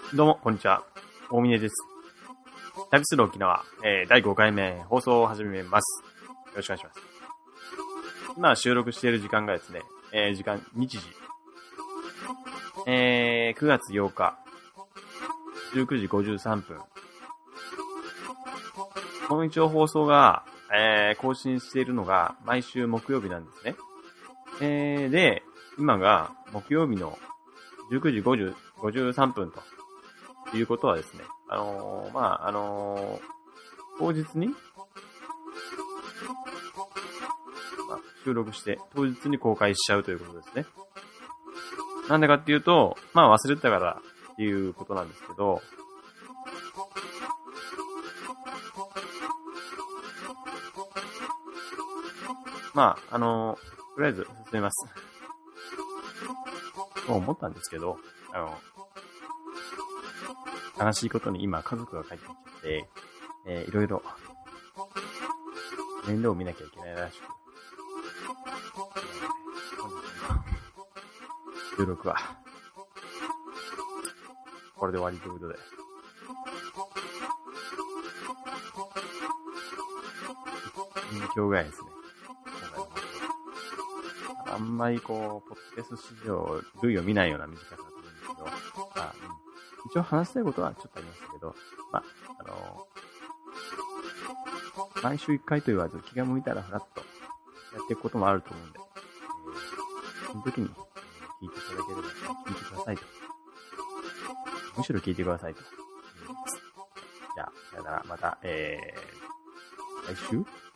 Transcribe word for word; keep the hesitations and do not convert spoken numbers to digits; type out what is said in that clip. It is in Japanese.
どうも、こんにちは。大峰です。旅する沖縄、えー、だいごかいめ放送を始めます。よろしくお願いします。今収録している時間がですね、えー、時間、日時。えー、くがつようか、じゅうくじごじゅうさんぷん。この一応放送が、えー、更新しているのが毎週木曜日なんですね。えー、で、今が木曜日のじゅうくじごじゅうさんぷんということはですね、あのー、まあ、あのー、当日に、まあ、収録して当日に公開しちゃうということですね。なんでかっていうと、まあ忘れてたからっていうことなんですけど、まあ、あのー、とりあえず進めます。と思ったんですけど、あの、悲しいことに今家族が帰ってきて、えー、いろいろ面倒を見なきゃいけないらしく、収録はこれで終わりということで、近況ぐらいですね。あんまりこう、ポッドキャスト史上、類を見ないような短さだと思うんですけど、まあ、うん、一応話したいことはちょっとありますけど、まあ、あのー、毎週一回と言わず気が向いたらふらっとやっていくこともあると思うんで、えー、その時に聞いていただければ、聞いてくださいと。むしろ聞いてくださいと。じゃあ、さよなら、また、えー、来週